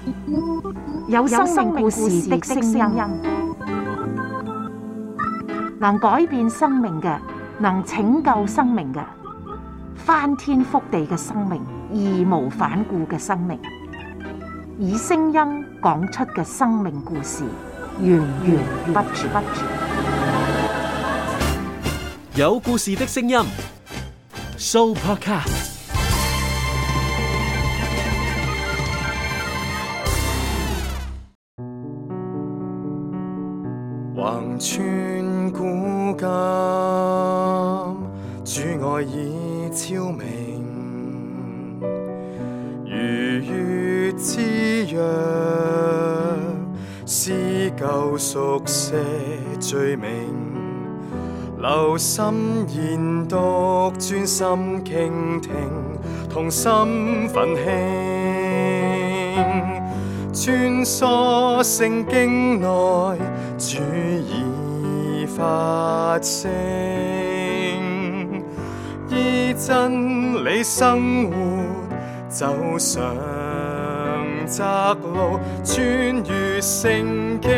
有生命故事的聲音，能改變生命嘅，能拯救生命嘅，翻天覆地嘅生命，義無反顧嘅生命，以聲音講出嘅生命故事，源源不絕。 有故事的聲音 ，Sooo Podcast。 橫穿古今，主愛已超明，如月之約，撕舊熟寫罪名，留心研讀，專心傾聽，同心奮興，穿梭聖經內，主已發聲，依真理生活，走上窄路，穿越聖經。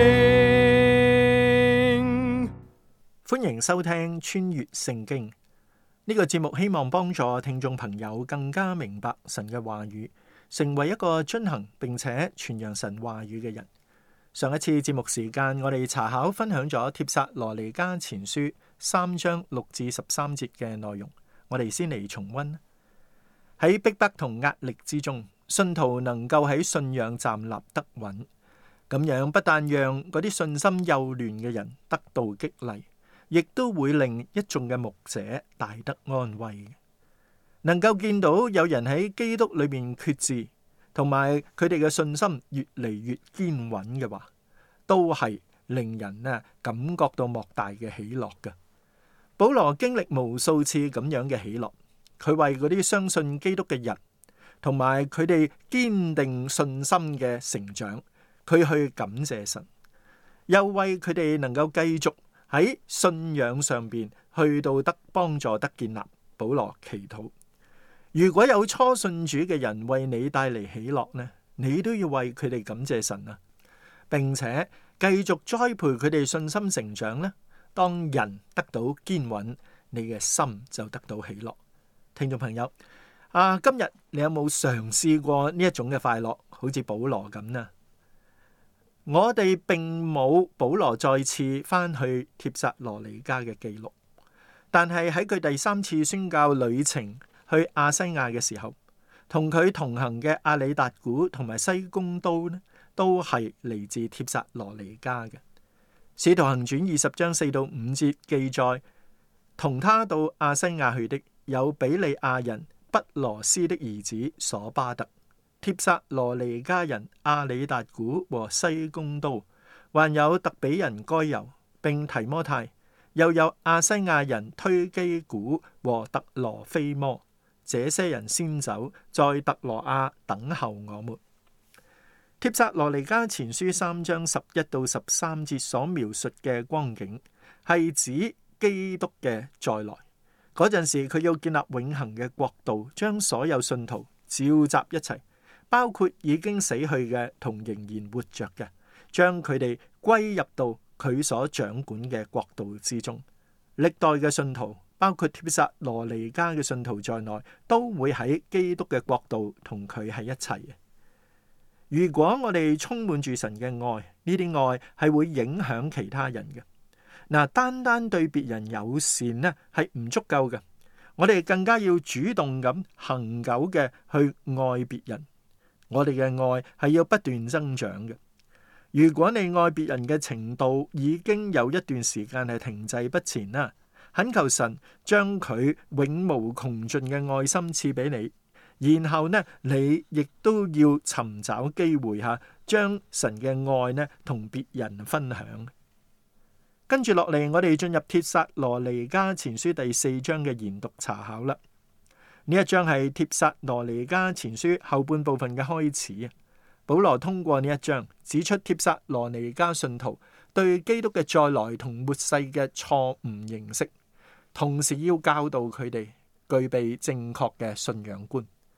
歡迎收聽穿越聖經呢個節目，希望幫助聽眾朋友更加明白神嘅話語，成為一個遵行並且傳揚神話語嘅人。上一次節目時間，我哋查考分享咗帖撒羅尼迦前書3章6至13節嘅內容，我哋先嚟重溫。喺逼迫同壓力之中，信徒能夠喺信仰站立得穩，咁樣不但讓嗰啲信心幼嫩嘅人得到激勵，亦都會令一眾嘅牧者大得安慰。能夠見到有人喺基督裏面決志，同埋佢哋嘅信心越嚟越堅穩嘅話，都係令人感覺到莫大嘅喜樂嘅。保羅經歷無數次咁樣嘅喜樂，佢為嗰啲相信基督嘅人，同埋佢哋堅定信心嘅成長，佢去感謝神，又為佢哋能夠繼續喺信仰上邊去到得幫助得建立，保羅祈禱。如果有初信主嘅人為你帶嚟喜樂呢，你都要為佢哋感謝神啊，並且繼續栽培佢哋信心成長呢。當人得到堅穩，你嘅心就得到喜樂。聽眾朋友，今日你有冇嘗試過呢一種嘅快樂？好似保羅咁呢？我哋並冇保羅再次翻去帖撒羅尼迦嘅記錄，但係喺佢第3次宣教旅程去亞西亞嘅時候，同佢同行嘅亞里達古同埋西公都呢，都係嚟自帖撒羅尼迦嘅。使徒行傳20章4到5節記載，同他到亞西亞去的有比利亞人畢羅斯的兒子所巴特、帖撒羅尼迦人亞里達古和西公都，還有特比人該猶並提摩太，又有亞西亞人推基古和特羅菲摩。這些人先走，在特羅亞等候我們。帖撒羅尼迦前書3章11到13節所描述嘅光景，係指基督嘅再來嗰陣時，佢要建立永恆嘅國度，將所有信徒召集一齊，包括已經死去嘅同仍然活着嘅，將佢哋歸入到佢所掌管嘅國度之中。歷代嘅信徒，包括帖撒羅尼迦嘅信徒在內，都會喺基督嘅國度同佢喺一齊嘅。如果我哋充滿住神嘅愛，呢啲愛係會影響其他人嘅。嗱，單單對別人友善呢係唔足夠嘅，我哋更加要主動咁恆久嘅去愛別人。我哋嘅愛係要不斷增長嘅。如果你愛別人嘅程度已經有一段時間係停滯不前啦，懇求神將佢永無窮盡嘅愛心賜俾你，然後呢，你亦都要尋找機會將神嘅愛呢同別人分享。跟住落嚟，我哋進入帖撒羅尼迦前書第4章嘅研讀查考啦。呢一章係帖撒羅尼迦前書後半部分嘅開始。保羅通過呢一章指出帖撒羅尼迦信徒對基督嘅再來同末世嘅錯誤認識，同時要教導佢哋具備正確嘅信仰觀。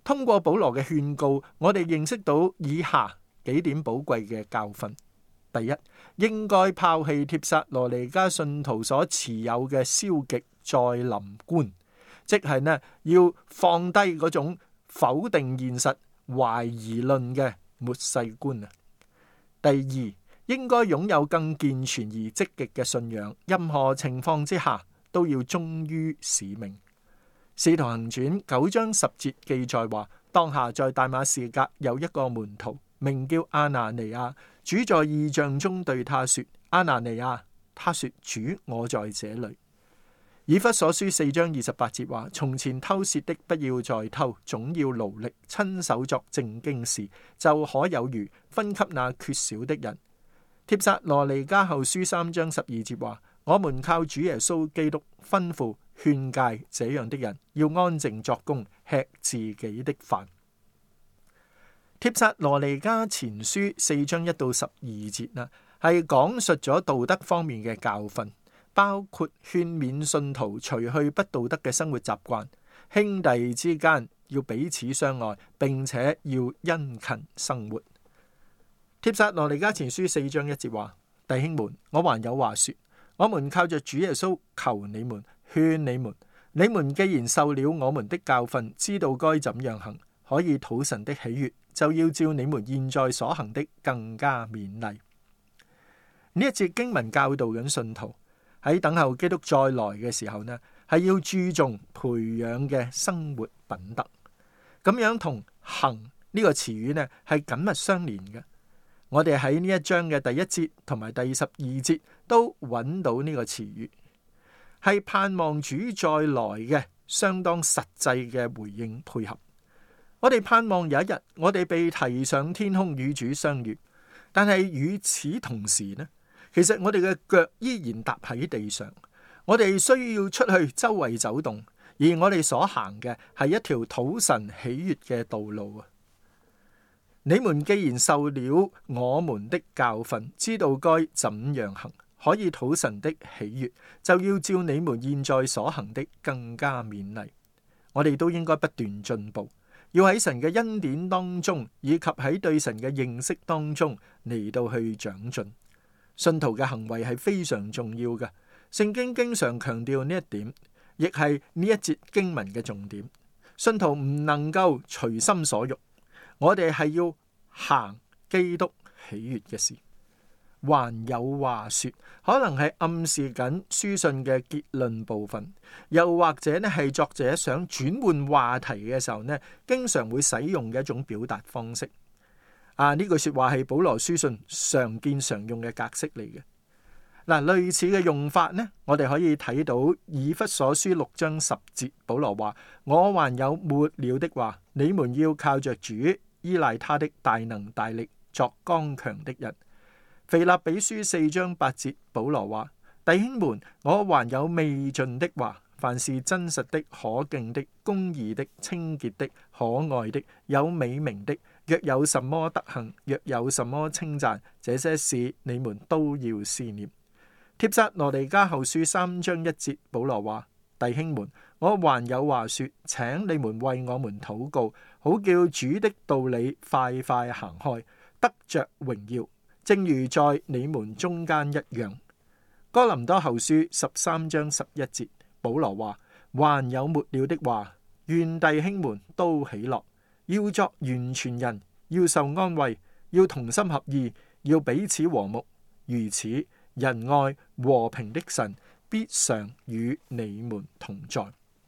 通過保羅嘅勸告，我哋認識到以下幾點寶貴嘅教訓。第一，應該拋棄帖撒羅尼迦信徒所持有嘅消極再臨觀，即係呢要放低嗰種否定現實、懷疑論嘅末世觀啊。第二，應該擁有更健全而積極嘅信仰，任何情況之下都要忠於使命。使徒行傳9章10節記載話，當下在大馬士革有一個門徒，名叫亞拿尼亞，主在異象中對他說：亞拿尼亞，他說：主，我在這裏。以弗所書4章28節話：從前偷竊的不要再偷，總要勞力親手作正經事，就可有餘分給那缺少的人。帖撒羅尼迦後書3章12節話：我們靠主耶穌基督吩咐勸誡這樣的人，要安靜作工，吃自己的飯。帖撒羅尼迦前書4章1到12節啦，係講述咗道德方面嘅教訓，包括勸勉信徒除去不道德嘅生活習慣，兄弟之間要彼此相愛，並且要殷勤生活。帖撒羅尼迦前書4章1節話：弟兄們，我還有話說，我們靠着主耶穌求你們，勸你們，你們既然受了我們的教訓，知道該怎樣行，可以討神的喜悅，就要照你們現在所行的更加勉勵。呢一節經文教導緊信徒喺等候基督再來嘅時候呢，係要注重培養嘅生活品德。咁樣同行呢個詞語呢係緊密相連嘅。我哋喺呢一章嘅第1節同埋第12節都揾到呢個詞語，係盼望主再來嘅相當實際嘅回應配合。我哋盼望有一日我哋被提上天空與主相遇，但係與此同時呢，其實我哋嘅腳依然踏喺地上，我哋需要出去周圍走動，而我哋所行嘅係一條討神喜悅嘅道路啊！你們既然受了我們的教訓，知道該怎樣行，可以討神的喜悅，就要照你們現在所行的更加勉勵。我哋都應該不斷進步，要喺神嘅恩典當中，以及喺對神嘅認識當中嚟到去長進。信徒嘅行為係非常重要嘅，聖經經常強調呢一點，亦係呢一節經文嘅重點。信徒唔能夠隨心所欲，我哋係要行基督喜悅嘅事。還有話說，可能係暗示緊書信嘅結論部分，又或者呢係作者想轉換話題嘅時候呢，經常會使用嘅一種表達方式。呢句說話係保羅書信常見常用嘅格式嚟嘅。類似嘅用法呢，我哋可以睇到以弗所書6章10節，保羅話：我還有末了的話，你們要靠着主，依賴他的大能大力，作剛強的人。腓立比書4章8節，保羅話：弟兄們，我還有未盡的話，凡是真實的、可敬的、公義的、清潔的、可愛的、有美名的，若有什麼德行，若有什麼稱讚，這些事你們都要思念。帖撒羅尼迦後書3章1節，保羅話：弟兄們，我還有話說，請你們為我們禱告，好叫主的道理快快行開，得着榮耀，正如在你們中間一樣。哥林多後書13章11節，保羅話：還有末了的話，願弟兄們都喜樂，要作完全人，要受安慰，要同心合意，要彼此和睦，如此仁愛和平的神必常與你們同在。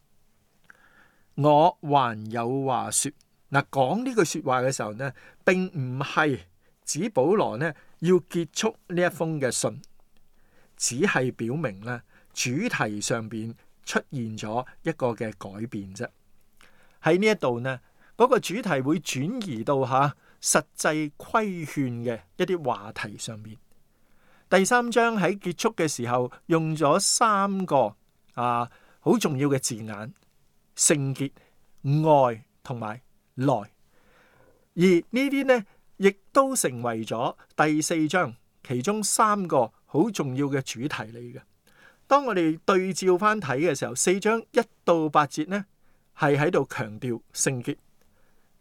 我還有話說，講呢句說話嘅時候呢，並唔係指保羅呢要結束呢一封嘅信，只係表明呢主題上邊出現咗一個嘅改變啫。喺呢一度呢，嗰個主題會轉移到實際規勸嘅一啲話題上面。第3章喺結束嘅時候用咗3個好重要嘅字眼：聖潔、愛同埋來。而呢啲呢亦都成為咗第4章其中3個好重要嘅主題嚟嘅。當我哋對照翻睇嘅時候，4章1到8節呢係喺度強調聖潔，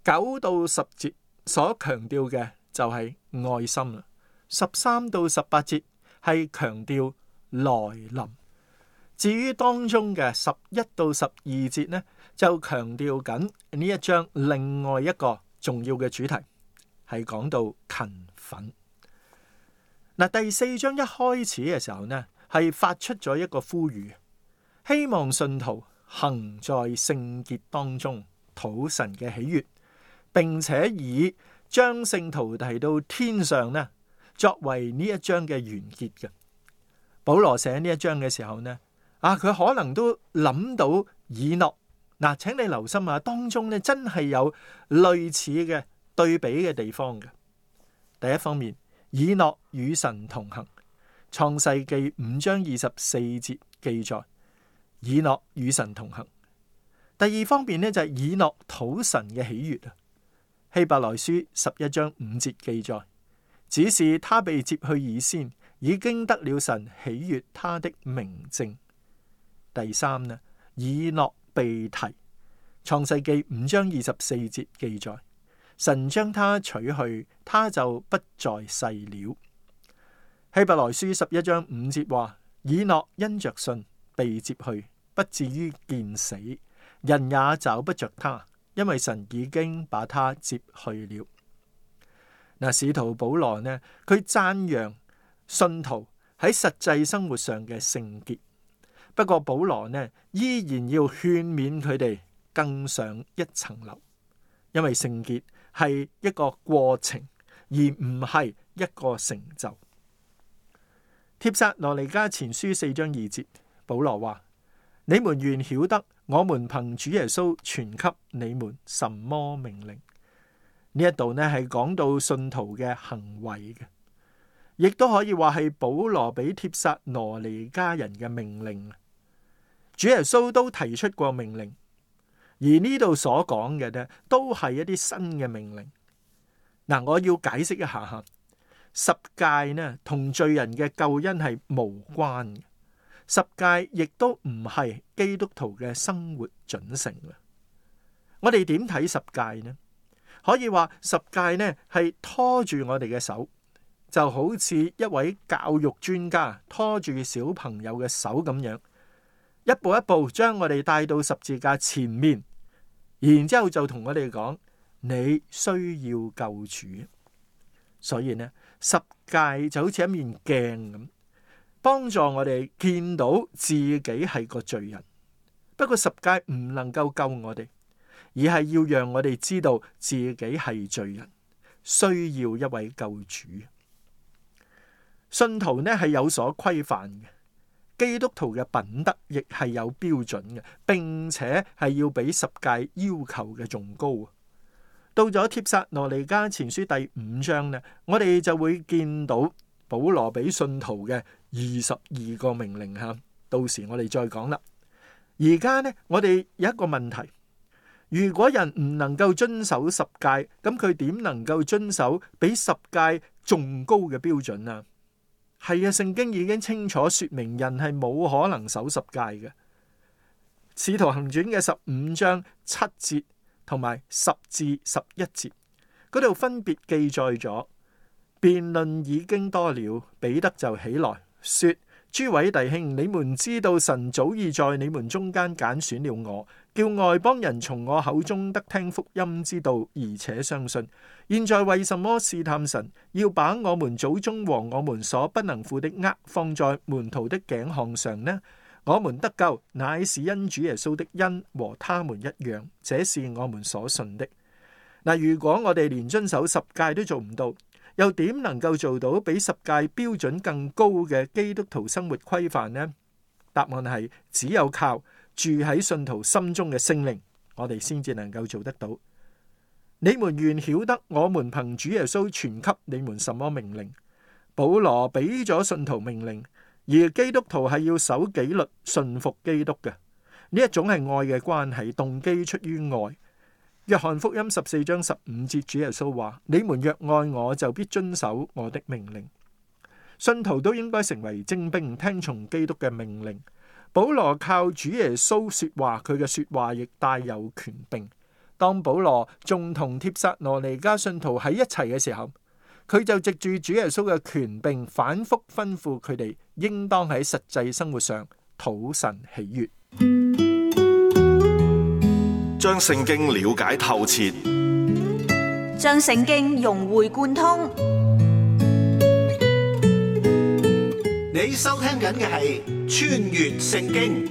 9到10節所強調嘅就係愛心啦。13到18節係強調來臨。至於當中嘅11到12節呢，就強調緊呢一章另外一個重要嘅主題，係講到勤奮。嗱，第4章一開始嘅時候呢，係發出咗一個呼籲，希望信徒行在聖潔當中，討神嘅喜悅，並且以將聖徒提到天上呢，作為呢一章嘅完結嘅。保羅寫呢一章嘅時候呢，佢可能都諗到以諾。嗱，請你留心啊，當中呢真係有類似嘅對比嘅地方嘅。第一方面，以諾與神同行，創世記5章24節記載，以諾與神同行。第二方面呢，就係以諾討神嘅喜悅啊。希伯來書11章5節記載，只是他被接去以先，已經得了神喜悅他的明證。第三呢，以諾被提，創世記5章24節記載，神將他取去，他就不在世了。希伯來書11章5節話，以諾因着信被接去，不至於見死，人也找不着他，因為神已經把他接去了。嗱，使徒保羅呢，佢讚揚信徒喺實際生活上嘅聖潔。不過保羅呢，依然要勸勉佢哋更上一層樓，因為聖潔係一個過程，而唔係一個成就。帖撒羅尼迦前書4章2節，保羅話：你們原曉得我們憑主耶穌傳給你們什麼命令。呢一度呢係講到信徒嘅行為嘅，亦都可以話係保羅俾帖撒羅尼迦人嘅命令。主耶穌都提出過命令，而呢度所講嘅呢，都係一啲新嘅命令。嗱，我要解釋一下吓，十誡呢同罪人嘅救恩係無關嘅，十誡亦都唔係基督徒嘅生活準繩。我哋點睇十誡呢？可以話十誡呢係拖住我哋嘅手，就好似一位教育專家拖住小朋友嘅手咁樣，一步一步將我哋帶到十字架前面，然之後就同我哋講，你需要救主。所以呢，十誡就好似一面鏡咁，幫助我哋見到自己係個罪人。不過十誡唔能夠救我哋，而係要讓我哋知道自己係罪人，需要一位救主。信徒呢係有所規範嘅。基督徒嘅品德亦係有標準嘅，並且係要比十誡要求嘅仲高。到咗帖撒羅尼迦前書第5章呢，我哋就會見到保羅俾信徒嘅22個命令吓。到時我哋再講啦。而家呢，我哋有一個問題：如果人唔能夠遵守十誡，咁佢點能夠遵守比十誡仲高嘅標準啊？係啊，聖經已經清楚說明人係冇可能守十誡嘅。使徒行傳嘅15章7節同埋10至11節嗰度分別記載咗，辯論已經多了，彼得就起來說：諸位弟兄，你們知道神早已在你們中間揀選了我，叫外邦人從我口中得聽福音之道，而且相信。現在為什麼試探神，要把我們祖宗和我們所不能負的軛放在門徒的頸項上呢？我們得救，乃是因主耶穌的恩，和他們一樣，這是我們所信的。嗱，如果我哋連遵守十誡都做唔到，又點能夠做到比十誡標準更高嘅基督徒生活規範呢？答案係只有靠住喺信徒心中嘅聖靈，我哋先至能夠做得到。你們原曉得我們憑主耶穌傳給你們什麼命令。保羅俾咗信徒命令，而基督徒係要守紀律、順服基督嘅。呢一種係愛嘅關係，動機出於愛。約翰福音14章15節，主耶穌話：你們若愛我，就必遵守我的命令。信徒都應該成為精兵，聽從基督嘅命令。保羅靠主耶穌說話，佢嘅說話亦帶有權柄。 當保羅仲同帖撒羅尼迦信徒喺一齊嘅時候，佢就藉住主耶穌嘅權柄，反覆吩咐佢哋應當喺實際生活上討神喜悅， 將聖經了解透徹， 將聖經融會貫通。 你收聽緊嘅係《穿越聖經》。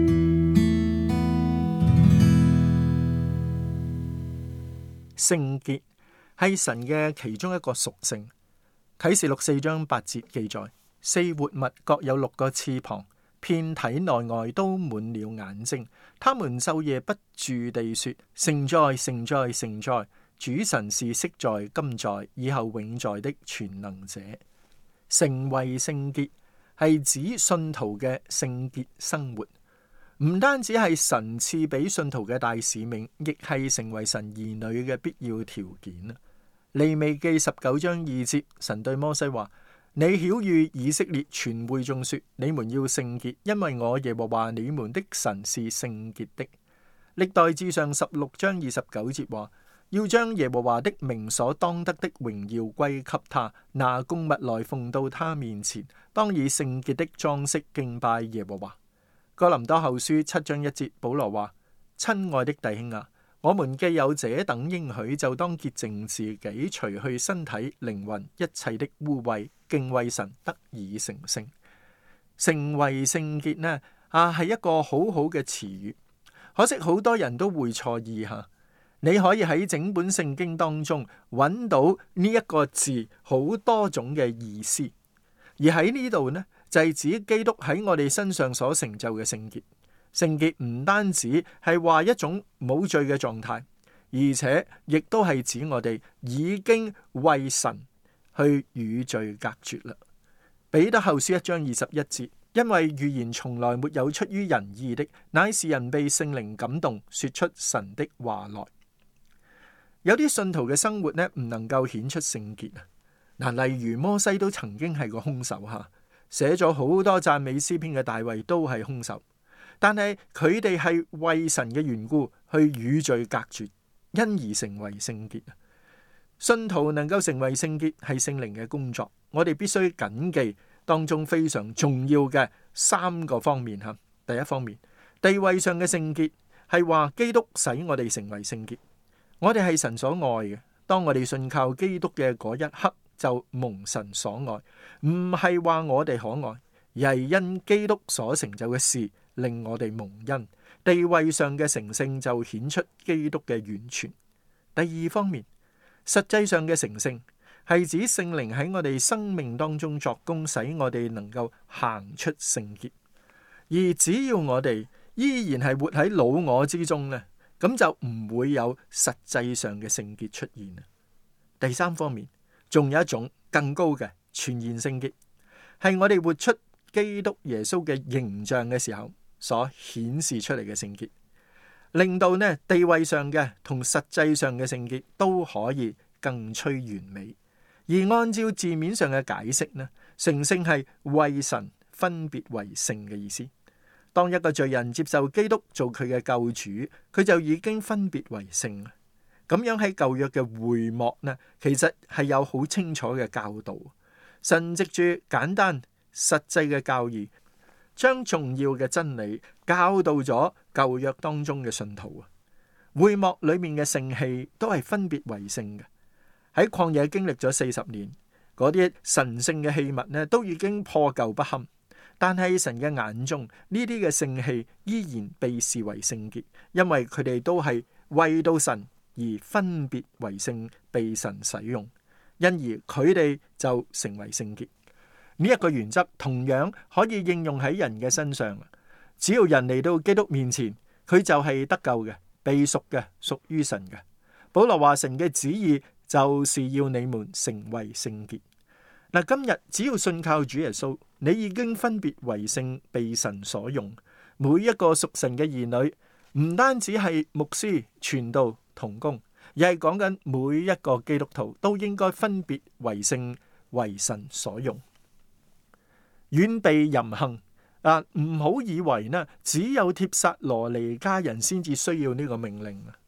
聖潔係神嘅其中一個屬性。啟示錄4章8節記載，4活物各有6個翅膀，遍體內外都滿了眼睛，他們晝夜不住地說：聖哉，聖哉，聖哉！主神是昔在、今在、以後永在的全能者。成為聖潔係指信徒嘅聖潔生活，唔單止係神賜俾信徒嘅大使命，亦係成為神兒女嘅必要條件。利未記19章2節，神對摩西話：你曉諭以色列全會眾說，你們要聖潔，因為我耶和華你們的神是聖潔的。歷代志上16章29節話：要將耶和華的名所當得的榮耀歸給他，拿供物來奉到他面前，當以聖潔的裝飾敬拜耶和華。哥林多後書7章1節，保羅話：親愛的弟兄啊，我們既有這等應許，就當潔淨自己，除去身體靈魂一切的污穢，敬畏神，得以成聖。成為聖潔呢係一個好好嘅詞語，可惜好多人都會錯意吓。你可以喺整本聖經當中揾到呢一個字好多種嘅意思，而喺呢度呢就係指基督喺我哋身上所成就嘅聖潔。聖潔唔單止係話一種冇罪嘅狀態，而且亦都係指我哋已經為神去與罪隔絕啦。彼得後書1章21節，因為預言從來沒有出於人意的，乃是人被聖靈感動，說出神的話來。有啲信徒嘅生活呢，唔能夠顯出聖潔啊。嗱，例如摩西都曾經係個兇手吓，寫咗好多讚美詩篇嘅大衛都係兇手，但係佢哋係為神嘅緣故去與罪隔絕，因而成為聖潔。信徒能夠成為聖潔係聖靈嘅工作，我哋必須謹記當中非常重要嘅3個方面吓。第一方面，地位上嘅聖潔係話基督使我哋成為聖潔。我哋係神所愛嘅，當我哋信靠基督嘅嗰一刻就蒙神所愛，唔係話我哋可愛，而係因基督所成就嘅事令我哋蒙恩。地位上嘅成聖就顯出基督嘅完全。第二方面，實際上嘅成聖係指聖靈喺我哋生命當中作工，使我哋能夠行出聖潔。而只要我哋依然係活喺老我之中呢，咁就唔會有實際上嘅聖潔出現。第三方面，仲有一種更高嘅全然聖潔，係我哋活出基督耶穌嘅形象嘅時候所顯示出嚟嘅聖潔，令到呢地位上嘅同實際上嘅聖潔都可以更趨完美。而按照字面上嘅解釋呢，成聖係為神分別為聖嘅意思。當一個罪人接受基督做佢嘅救主，佢就已經分別為聖。咁樣喺舊約嘅會幕呢，其實係有好清楚嘅教導。神藉住簡單實際嘅教義，將重要嘅真理教導咗舊約當中嘅信徒。會幕裏面嘅聖器都係分別為聖嘅。喺曠野經歷咗40年，嗰啲神聖嘅器物呢，都已經破舊不堪。但係神嘅眼中呢啲嘅聖器依然被視為聖潔，因為佢哋都係為到神而分別為聖，被神使用，因而佢哋就成為聖潔。呢一個原則同樣可以應用喺人嘅身上。只要人嚟到基督面前，佢就係得救嘅，被贖嘅，屬於神嘅。保羅話神嘅旨意就是要你們成為聖潔。嗱，今日只要信靠主耶穌，你已經分別為聖，被神所用。每一個屬神嘅兒女，唔單止係牧師、傳道、同工，而係講緊每一個基督徒都應該分別為聖，為神所用。遠避淫行啊！唔好以為呢只有帖撒羅尼迦人先至需要呢個命令啊！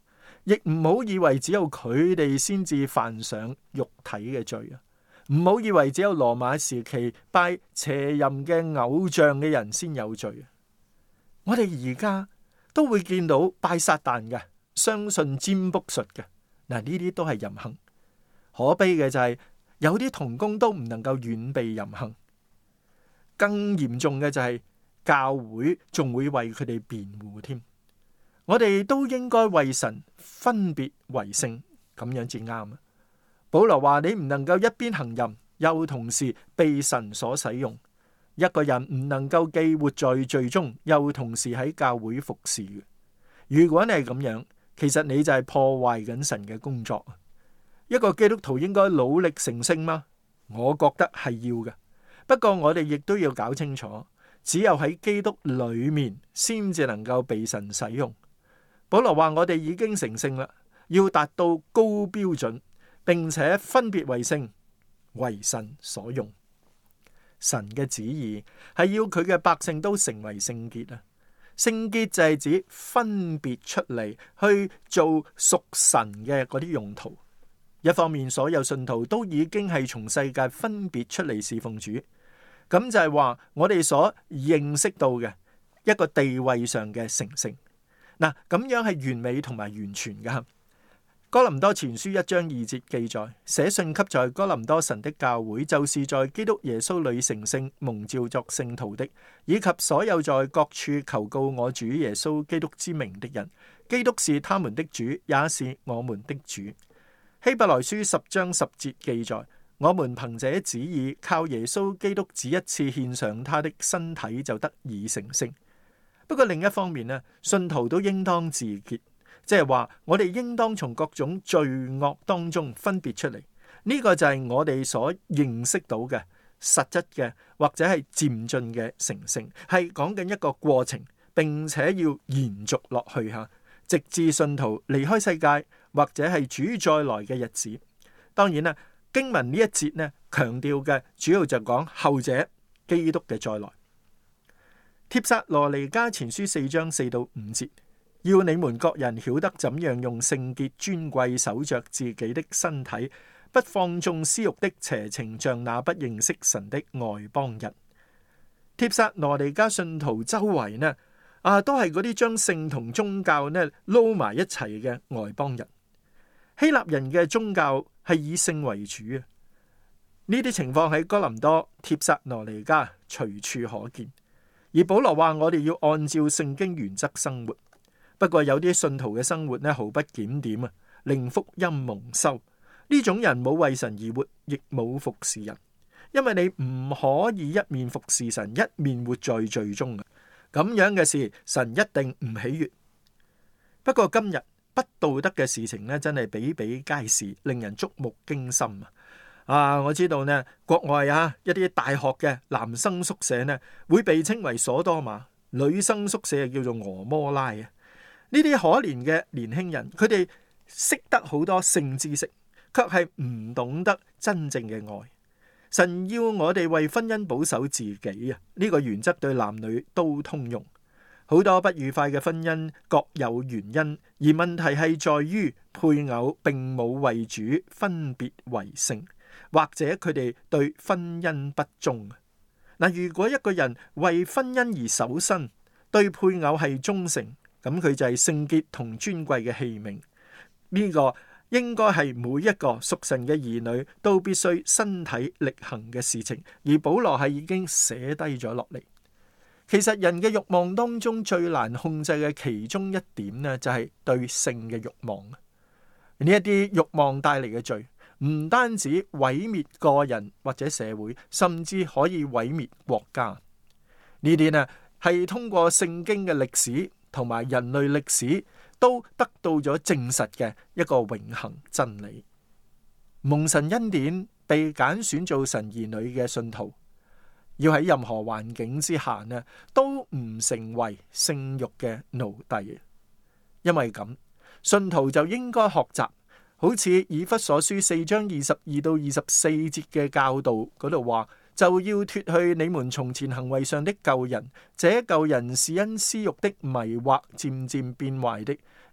亦唔好以為只有佢哋先至犯上肉體嘅罪啊！唔好以為只有羅馬時期拜邪淫嘅偶像嘅人先有罪啊！我哋而家都會見到拜撒旦嘅，相信占卜術嘅，嗱，呢啲都係淫行。可悲嘅就係有啲同工都唔能夠遠避淫行，更嚴重嘅就係教會仲會為佢哋辯護添。我哋都應該為神分別為聖，咁樣至啱啊！保羅話：你唔能夠一邊行淫，又同時被神所使用。一個人唔能夠既活在罪中，又同時喺教會服侍嘅。如果你係咁樣，其實你就係破壞緊神嘅工作。一個基督徒應該努力成聖嗎？我覺得係要嘅。不過我哋亦都要搞清楚，只有喺基督裏面先至能夠被神使用。保羅話：我哋已經成聖啦，要達到高標準，並且分別為聖，為神所用。神嘅旨意係要佢嘅百姓都成為聖潔啊！聖潔就係指分別出嚟去做屬神嘅嗰啲用途。一方面，所有信徒都已經係從世界分別出嚟侍奉主，咁就係話我哋所認識到嘅一個地位上嘅成聖。嗱，咁樣係完美同埋完全嘅。哥林多前書1章2節記載，寫信給在哥林多神的教會，就是在基督耶穌裏成聖蒙召作聖徒的，以及所有在各處求告我主耶穌基督之名的人。基督是他們的主，也是我們的主。希伯來書10章10節記載，我們憑這旨意，靠耶穌基督只一次獻上他的身體，就得以成聖。不過另一方面呢，信徒都應當自潔。即係話，我哋應當從各種罪惡當中分別出嚟。呢個就係我哋所認識到嘅實質嘅，或者係漸進嘅成聖，係講緊一個過程，並且要延續落去吓，直至信徒離開世界，或者係主再來嘅日子。當然啦，經文呢一節呢強調嘅主要就講後者基督嘅再來。帖撒羅尼迦前書4章4到5節。要你們各人曉得怎樣用聖潔尊貴守着自己的身體，不放縱私欲的邪情，像那不認識神的外邦人。帖撒羅尼迦信徒周圍呢，都係嗰啲將性同宗教呢撈埋一齊嘅外邦人。希臘人嘅宗教係以性為主啊，呢啲情況喺哥林多、帖撒羅尼迦隨處可見。而保羅話：我哋要按照聖經原則生活。不過有啲信徒嘅生活呢，毫不檢點啊，令福音蒙羞。呢種人冇為神而活，亦冇服侍人，因為你唔可以一面服侍神，一面活在罪中啊！咁樣嘅事，神一定唔喜悅。不過今日不道德嘅事情呢，真係比比皆是，令人觸目驚心啊！我知道呢，國外一啲大學嘅男生宿舍呢，會被稱為所多瑪，女生宿舍叫做俄摩拉啊！呢啲可憐嘅年輕人，佢哋識得好多性知識，卻係唔懂得真正嘅愛。神要我哋為婚姻保守自己啊！呢個原則對男女都通用。好多不愉快嘅婚姻各有原因，而問題係在於配偶並冇為主分別為聖，或者佢哋對婚姻不忠。嗱，如果一個人為婚姻而守身，對配偶係忠誠，咁佢就係聖潔同尊貴嘅器皿。呢個應該係每一個屬神嘅兒女都必須身體力行嘅事情，而保羅係已經寫低咗落嚟。其實人嘅慾望當中最難控制嘅其中一點呢，就係對性嘅慾望。呢一啲慾望帶嚟嘅罪，唔單止毀滅個人或者社會，甚至可以毀滅國家。呢啲呢係通過聖經嘅歷史同埋人類歷史都得到咗證實嘅一個永恆真理。蒙神恩典被揀選做神兒女嘅信徒，要喺任何環境之下呢，都唔成為性慾嘅奴隸。因為咁，信徒就應該學習，好似以弗所書4章22到24節嘅教導嗰度話，就要脫去你們從前行為上的舊人，這舊人是因私欲的迷惑漸漸變壞的，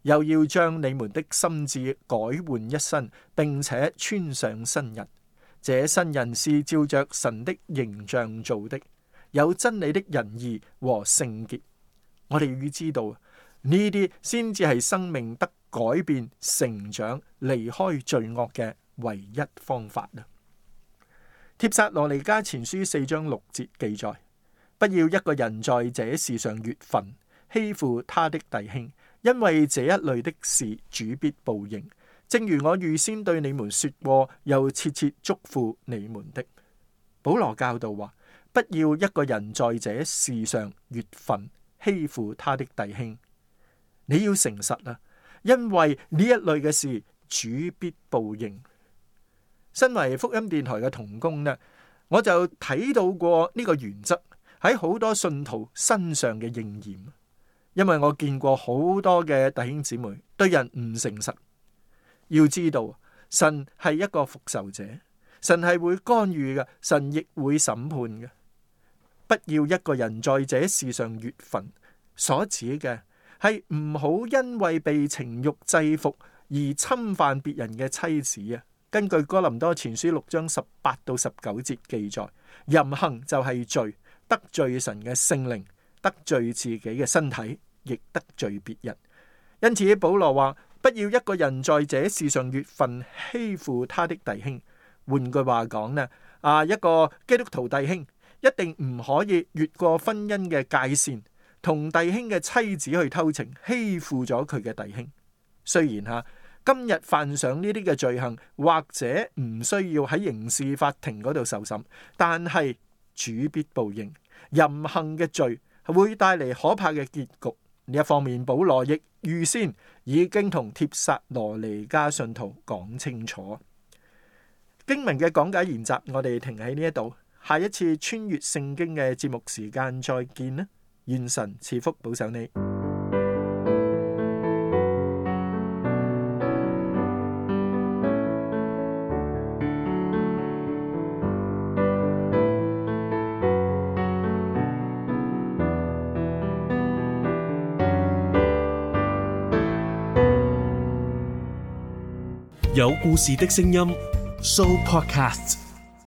又要將你們的心志改換一新，並且穿上新人。這新人是照着神的形象做的，有真理的仁義和聖潔。我哋要知道呢啲先至係生命得改變、成長、離開罪惡嘅唯一方法啊！帖撒羅尼迦前書4章6節記載：不要一個人在這事上越分，欺負他的弟兄，因為這一類的事主必報應。正如我預先對你們說過，又切切囑咐你們的。保羅教導話：不要一個人在這事上越分，欺負他的弟兄。你要誠實啊，因為呢一類嘅事主必報應。身為福音電台嘅同工呢，我就睇到過呢個原則喺好多信徒身上嘅應驗。因為我見過好多嘅弟兄姊妹對人唔誠實。要知道神係一個復仇者，神係會干預嘅，神亦會審判嘅。不要一個人在這事上越分，所指嘅係唔好因為被情欲制服而侵犯別人嘅妻子啊。根據哥林多前書6章18到19節記載，淫行就係罪，得罪神嘅聖靈，得罪自己嘅身體，亦得罪別人。因此保羅話：不要一個人在這事上越分，欺負他的弟兄。換句話講呢，一個基督徒弟兄一定唔可以越過婚姻嘅界線，同弟兄嘅妻子去偷情，欺負咗佢嘅弟兄。雖然今日犯上呢啲嘅罪行，或者唔需要喺刑事法庭嗰度受審，但係主必報應。淫行嘅罪會帶嚟可怕嘅結局。呢一方面，保羅亦預先已經同帖撒羅尼迦信徒講清楚。經文嘅講解研習，我哋停喺呢一度。下一次穿越聖經嘅節目時間再見啦！願神賜福保守你。 有故事的聲音 Show Podcast。